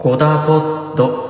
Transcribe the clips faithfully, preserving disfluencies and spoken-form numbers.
コダポッド。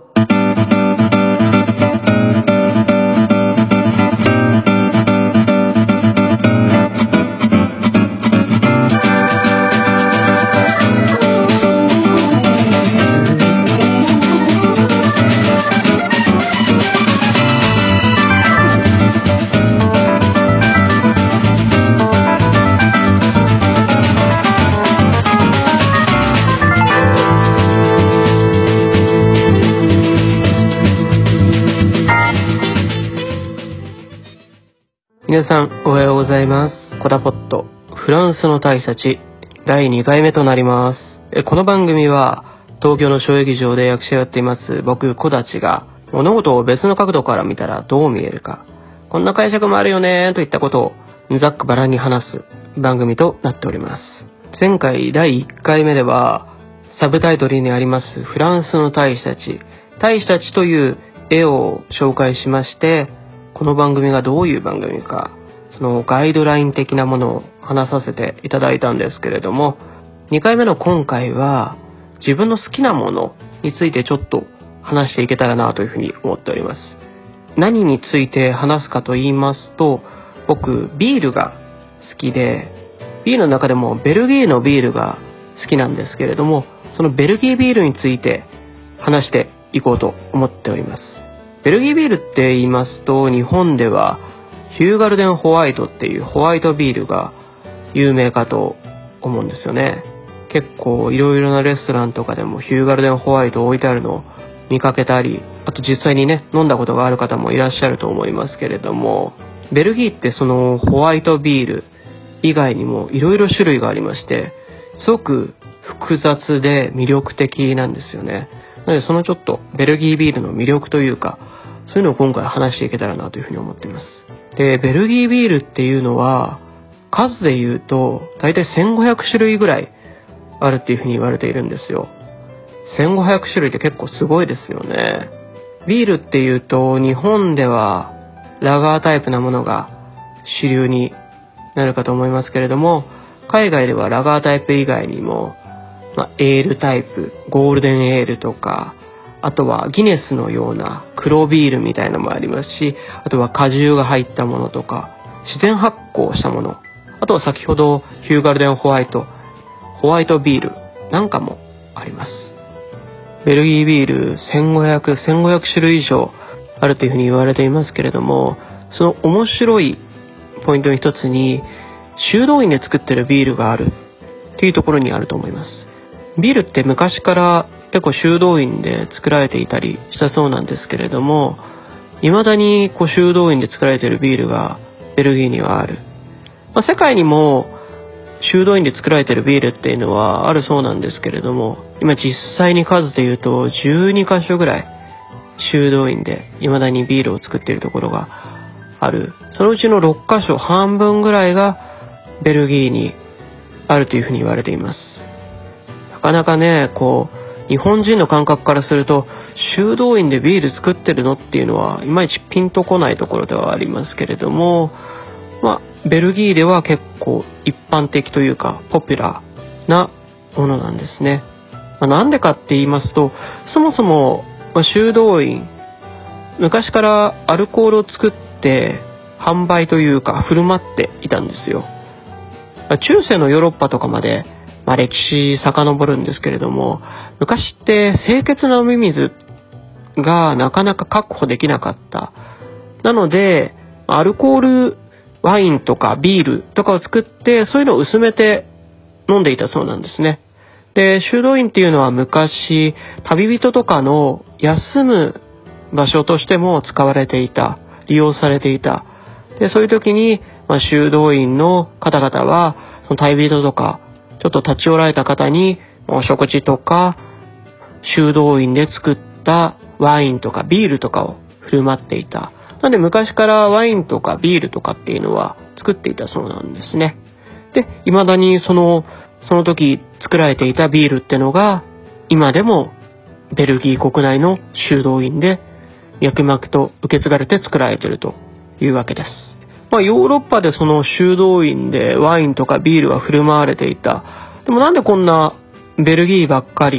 皆さんおはようございます。コダポッドフランスの大使たちだいにかいめとなります。この番組は東京の小劇場で役者をやっています僕コダチが物事を別の角度から見たらどう見えるか、こんな解釈もあるよねといったことをざっくばらんに話す番組となっております。前回だいいっかいめではサブタイトルにありますフランスの大使たち大使たちという絵を紹介しまして、この番組がどういう番組か、そのガイドライン的なものを話させていただいたんですけれども、にかいめの今回は自分の好きなものについてちょっと話していけたらなというふうに思っております。何について話すかと言いますと、僕ビールが好きで、ビールの中でもベルギーのビールが好きなんですけれども、そのベルギービールについて話していこうと思っております。ベルギービールって言いますと、日本ではヒューガルデンホワイトっていうホワイトビールが有名かと思うんですよね。結構いろいろなレストランとかでもヒューガルデンホワイト置いてあるのを見かけたり、あと実際にね飲んだことがある方もいらっしゃると思いますけれども、ベルギーってそのホワイトビール以外にもいろいろ種類がありまして、すごく複雑で魅力的なんですよね。なのでそのちょっとベルギービールの魅力というか、そういうのを今回話していけたらなというふうに思っています。で、ベルギービールっていうのは数で言うと大体せんごひゃくしゅるいぐらいあるっていうふうに言われているんですよ。せんごひゃくしゅるいって結構すごいですよね。ビールっていうと日本ではラガータイプなものが主流になるかと思いますけれども、海外ではラガータイプ以外にも、まあ、エールタイプ、ゴールデンエールとか、あとはギネスのような黒ビールみたいなのもありますし、あとは果汁が入ったものとか自然発酵したもの、あとは先ほどヒューガルデンホワイトホワイトビールなんかもあります。ベルギービールせんごひゃく、せんごひゃくしゅるい以上あるというふうに言われていますけれども、その面白いポイントの一つに修道院で作ってるビールがあるっていうところにあると思います。ビールって昔から結構修道院で作られていたりしたそうなんですけれども、未だにこう修道院で作られているビールがベルギーにはある。まあ、世界にも修道院で作られているビールっていうのはあるそうなんですけれども、今実際に数で言うとじゅうにかしょぐらい修道院で未だにビールを作っているところがある。そのうちのろっかしょ、半分ぐらいがベルギーにあるというふうに言われています。なかなかね、こう日本人の感覚からすると修道院でビール作ってるのっていうのはいまいちピンとこないところではありますけれども、まあベルギーでは結構一般的というかポピュラーなものなんですね。まあ、なんでかって言いますと、そもそも、まあ、修道院昔からアルコールを作って販売というか振る舞っていたんですよ。まあ、中世のヨーロッパとかまでまあ、歴史遡るんですけれども、昔って清潔な飲み水がなかなか確保できなかった。なのでアルコールワインとかビールとかを作って、そういうのを薄めて飲んでいたそうなんですね。で、修道院っていうのは昔旅人とかの休む場所としても使われていた、利用されていた。で、そういう時に、まあ、修道院の方々はその旅人とかちょっと立ち寄られた方にお食事とか修道院で作ったワインとかビールとかを振る舞っていた。なので昔からワインとかビールとかっていうのは作っていたそうなんですね。で、未だにそのその時作られていたビールってのが今でもベルギー国内の修道院で脈々と受け継がれて作られているというわけです。まあ、ヨーロッパでその修道院でワインとかビールは振る舞われていた。でもなんでこんなベルギーばっかり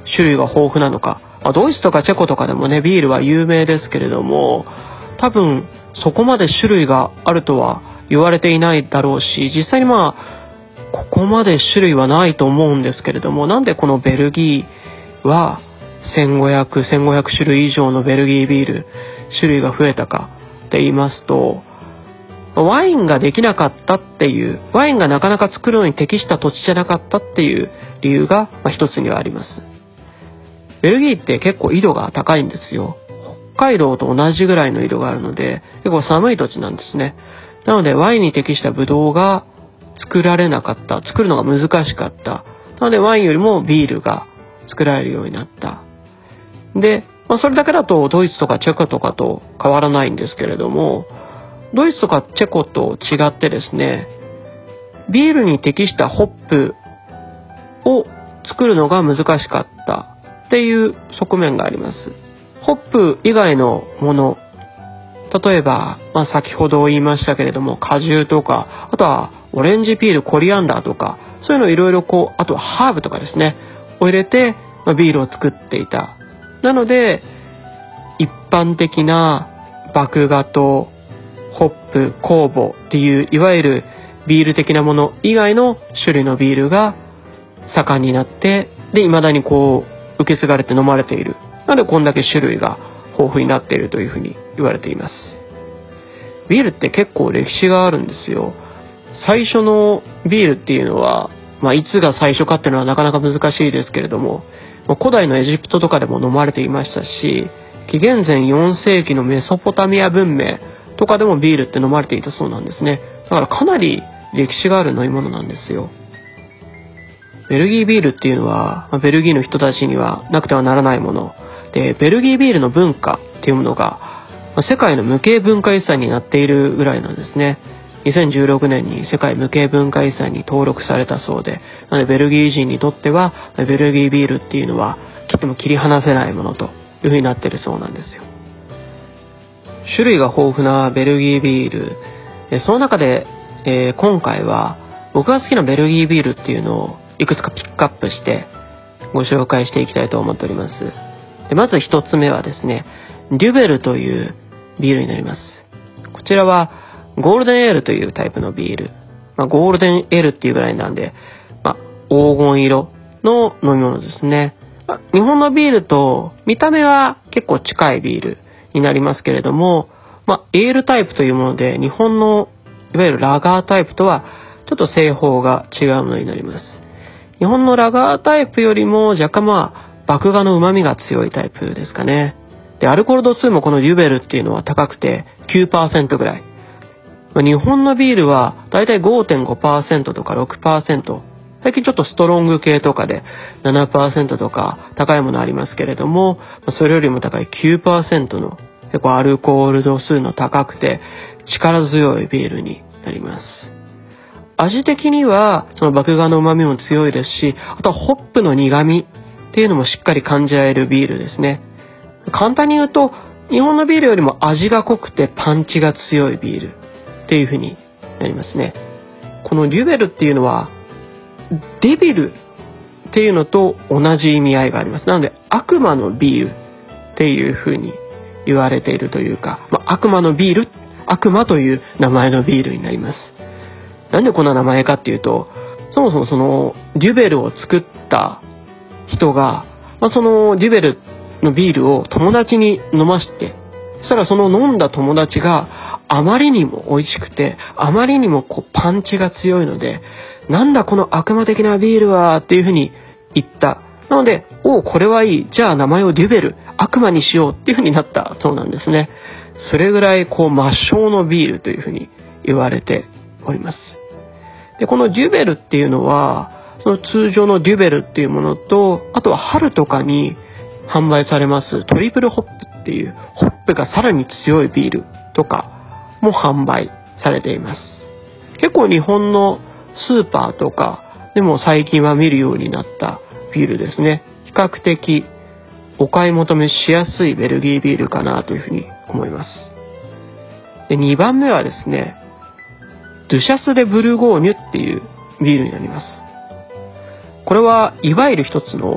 種類が豊富なのか、まあ、ドイツとかチェコとかでもねビールは有名ですけれども、多分そこまで種類があるとは言われていないだろうし、実際にまあここまで種類はないと思うんですけれども、なんでこのベルギーはせんごひゃく、せんごひゃく種類以上のベルギービール種類が増えたかって言いますと、ワインができなかったっていう、ワインがなかなか作るのに適した土地じゃなかったっていう理由がまあ一つにはあります。ベルギーって結構緯度が高いんですよ。北海道と同じぐらいの緯度があるので結構寒い土地なんですね。なのでワインに適したブドウが作られなかった、作るのが難しかった。なのでワインよりもビールが作られるようになった。で、まあ、それだけだとドイツとかチェコとかと変わらないんですけれども、ドイツとかチェコと違ってですね、ビールに適したホップを作るのが難しかったっていう側面があります。ホップ以外のもの、例えば、まあ、先ほど言いましたけれども果汁とか、あとはオレンジピール、コリアンダーとか、そういうのをいろいろこう、あとはハーブとかですねを入れて、まあ、ビールを作っていた。なので一般的な麦芽とホップ、酵母っていういわゆるビール的なもの以外の種類のビールが盛んになって、で未だにこう受け継がれて飲まれている。なのでこんだけ種類が豊富になっているというふうに言われています。ビールって結構歴史があるんですよ。最初のビールっていうのは、まあ、いつが最初かっていうのはなかなか難しいですけれども、古代のエジプトとかでも飲まれていましたし、紀元前よん世紀のメソポタミア文明とかでもビールって飲まれていたそうなんですね。だからかなり歴史がある飲み物なんですよ。ベルギービールっていうのはベルギーの人たちにはなくてはならないもので、ベルギービールの文化っていうものが世界の無形文化遺産になっているぐらいなんですね。にせんじゅうろくねんに世界無形文化遺産に登録されたそうで、なのでベルギー人にとってはベルギービールっていうのは切っても切り離せないものというふうになっているそうなんですよ。種類が豊富なベルギービール、その中で、えー、今回は僕が好きなベルギービールっていうのをいくつかピックアップしてご紹介していきたいと思っております。でまず一つ目はですね、デュベルというビールになります。こちらはゴールデンエールというタイプのビール、まあ、ゴールデンエールっていうぐらいなんで、まあ、黄金色の飲み物ですね。まあ、日本のビールと見た目は結構近いビールになりますけれども、まあ、エールタイプというもので、日本のいわゆるラガータイプとはちょっと製法が違うものになります。日本のラガータイプよりも若干まあ麦芽の旨味が強いタイプですかね。でアルコール度数もこのデュベルっていうのは高くて きゅうパーセント ぐらい、まあ、日本のビールはだいたい ごてんごパーセント とか ろくパーセント、 最近ちょっとストロング系とかで ななパーセント とか高いものありますけれども、それよりも高い きゅうパーセント の結構アルコール度数の高くて力強いビールになります。味的にはその麦芽の旨味も強いですし、あとはホップの苦味っていうのもしっかり感じられるビールですね。簡単に言うと日本のビールよりも味が濃くてパンチが強いビールっていう風になりますね。このデュベルっていうのはデビルっていうのと同じ意味合いがあります。なので悪魔のビールっていう風に言われているというか、まあ、悪魔のビール、悪魔という名前のビールになります。なんでこんな名前かっていうと、そもそもそのデュベルを作った人が、まあ、そのデュベルのビールを友達に飲まして、そしたらその飲んだ友達があまりにも美味しくて、あまりにもこうパンチが強いので、なんだこの悪魔的なビールはっていうふうに言った。なので、おうこれはいい、じゃあ名前をデュベル、悪魔にしようっていうふうになったそうなんですね。それぐらいこう魔性のビールというふうに言われております。でこのデュベルっていうのはその通常のデュベルっていうものと、あとは春とかに販売されますトリプルホップっていうホップがさらに強いビールとかも販売されています。結構日本のスーパーとかでも最近は見るようになったビールですね。比較的お買い求めしやすいベルギービールかなというふうに思います。でにばんめはですね、ドゥシャス・デ・ブルゴーニュっていうビールになります。これはいわゆる一つの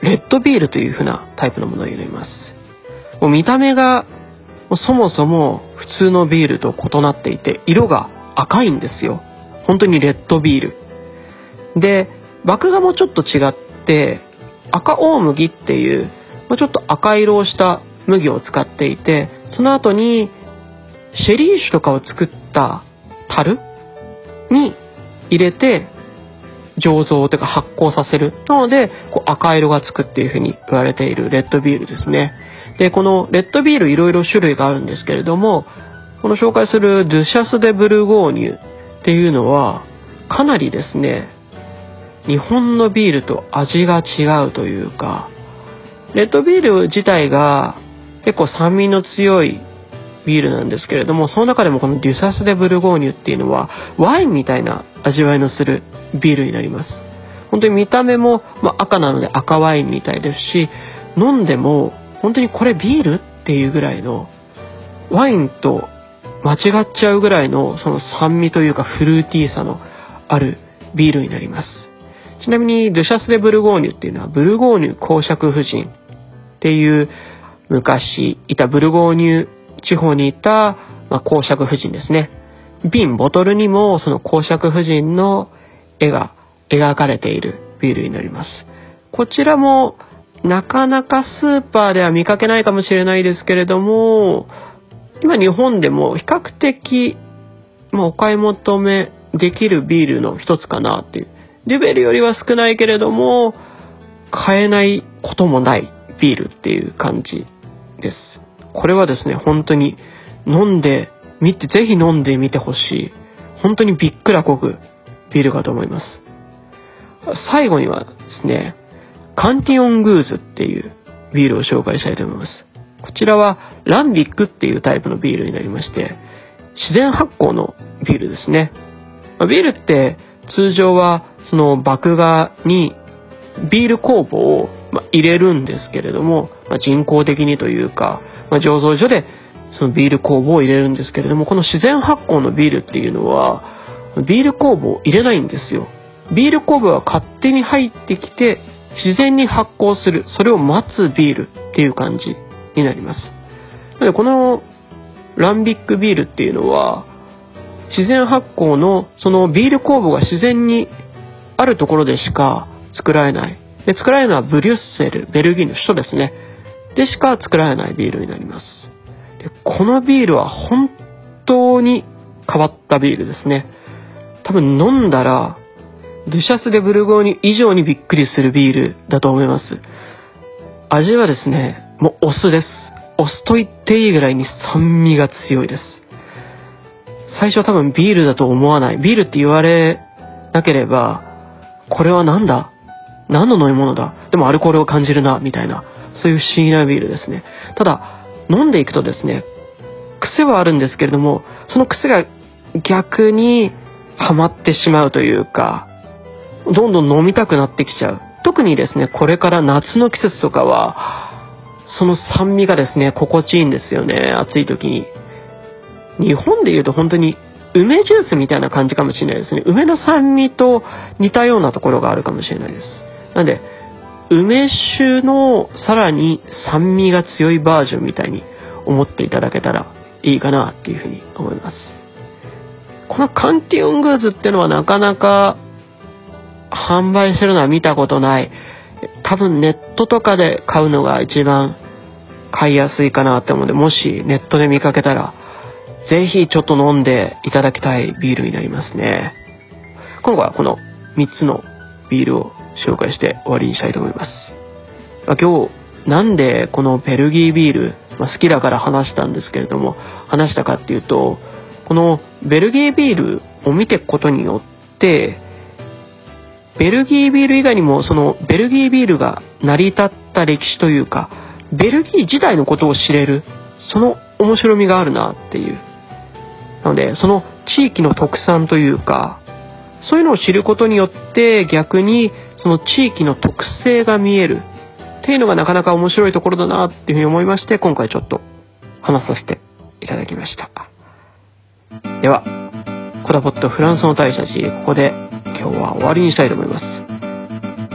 レッドビールという風なタイプのものになります。もう見た目がそもそも普通のビールと異なっていて、色が赤いんですよ。本当にレッドビールで、麦芽もちょっと違って赤大麦っていうちょっと赤色をした麦を使っていて、その後にシェリー酒とかを作った樽に入れて醸造というか発酵させるので、こう赤色がつくっていう風に言われているレッドビールですね。で、このレッドビールいろいろ種類があるんですけれども、この紹介するドゥシャス・デ・ブルゴーニュっていうのはかなりですね、日本のビールと味が違うというか、レッドビール自体が結構酸味の強いビールなんですけれども、その中でもこのデュサス・デ・ブルゴーニュっていうのはワインみたいな味わいのするビールになります。本当に見た目も、まあ、赤なので赤ワインみたいですし、飲んでも本当にこれビールっていうぐらいの、ワインと間違っちゃうぐらいのその酸味というかフルーティーさのあるビールになります。ちなみにドゥシャス・デ・ブルゴーニュっていうのはブルゴーニュ公爵夫人っていう昔いたブルゴーニュ地方にいた、まあ、公爵夫人ですね。瓶ボトルにもその公爵夫人の絵が描かれているビールになります。こちらもなかなかスーパーでは見かけないかもしれないですけれども、今日本でも比較的、まあ、お買い求めできるビールの一つかなっていう、レベルよりは少ないけれども買えないこともないビールっていう感じです。これはですね、本当に飲んでみて、ぜひ飲んでみてほしい、本当にびっくらこくビールかと思います。最後にはですね、カンティオングーズっていうビールを紹介したいと思います。こちらはランビックっていうタイプのビールになりまして、自然発酵のビールですね。ビールって通常はその麦芽にビール酵母を入れるんですけれども、人工的にというか、醸造所でそのビール酵母を入れるんですけれども、この自然発酵のビールっていうのはビール酵母を入れないんですよ。ビール酵母は勝手に入ってきて自然に発酵する、それを待つビールっていう感じになります。なのでこのランビックビールっていうのは自然発酵のそのビール酵母が自然にあるところでしか作られない。で、作られるのはブリュッセル、ベルギーの首都ですね。でしか作られないビールになります。で、このビールは本当に変わったビールですね。多分飲んだらドゥシャス・デ・ブルゴーニュ以上にびっくりするビールだと思います。味はですね、もうお酢です。お酢と言っていいぐらいに酸味が強いです。最初は多分ビールだと思わない。ビールって言われなければ、これはなんだ？何の飲み物だ？でもアルコールを感じるな、みたいな、そういう不思議なビールですね。ただ、飲んでいくとですね、癖はあるんですけれども、その癖が逆にハマってしまうというか、どんどん飲みたくなってきちゃう。特にですね、これから夏の季節とかは、その酸味がですね、心地いいんですよね、暑い時に。日本でいうと本当に梅ジュースみたいな感じかもしれないですね。梅の酸味と似たようなところがあるかもしれないです。なので、梅酒のさらに酸味が強いバージョンみたいに思っていただけたらいいかなっていうふうに思います。このカンティオングーズっていうのはなかなか販売してるのは見たことない。多分ネットとかで買うのが一番買いやすいかなって思うので、もしネットで見かけたらぜひちょっと飲んでいただきたいビールになりますね。今回はこのみっつのビールを紹介して終わりにしたいと思います。今日なんでこのベルギービール、まあ、好きだから話したんですけれども、話したかっていうと、このベルギービールを見ていくことによってベルギービール以外にもそのベルギービールが成り立った歴史というか、ベルギー自体のことを知れる、その面白みがあるなっていう。なのでその地域の特産というか、そういうのを知ることによって逆にその地域の特性が見えるっていうのがなかなか面白いところだなっていうふうに思いまして、今回ちょっと話させていただきました。ではコダポットフランスの大使たち、ここで今日は終わりにしたいと思います。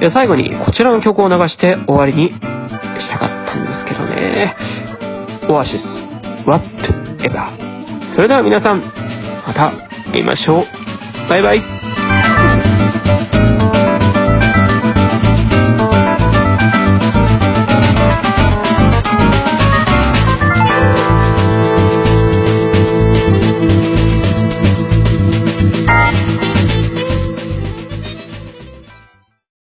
いや最後にこちらの曲を流して終わりにしたかったんですけどね。オアシス Whatever。 それでは皆さんまた会いましょう。バイバイ。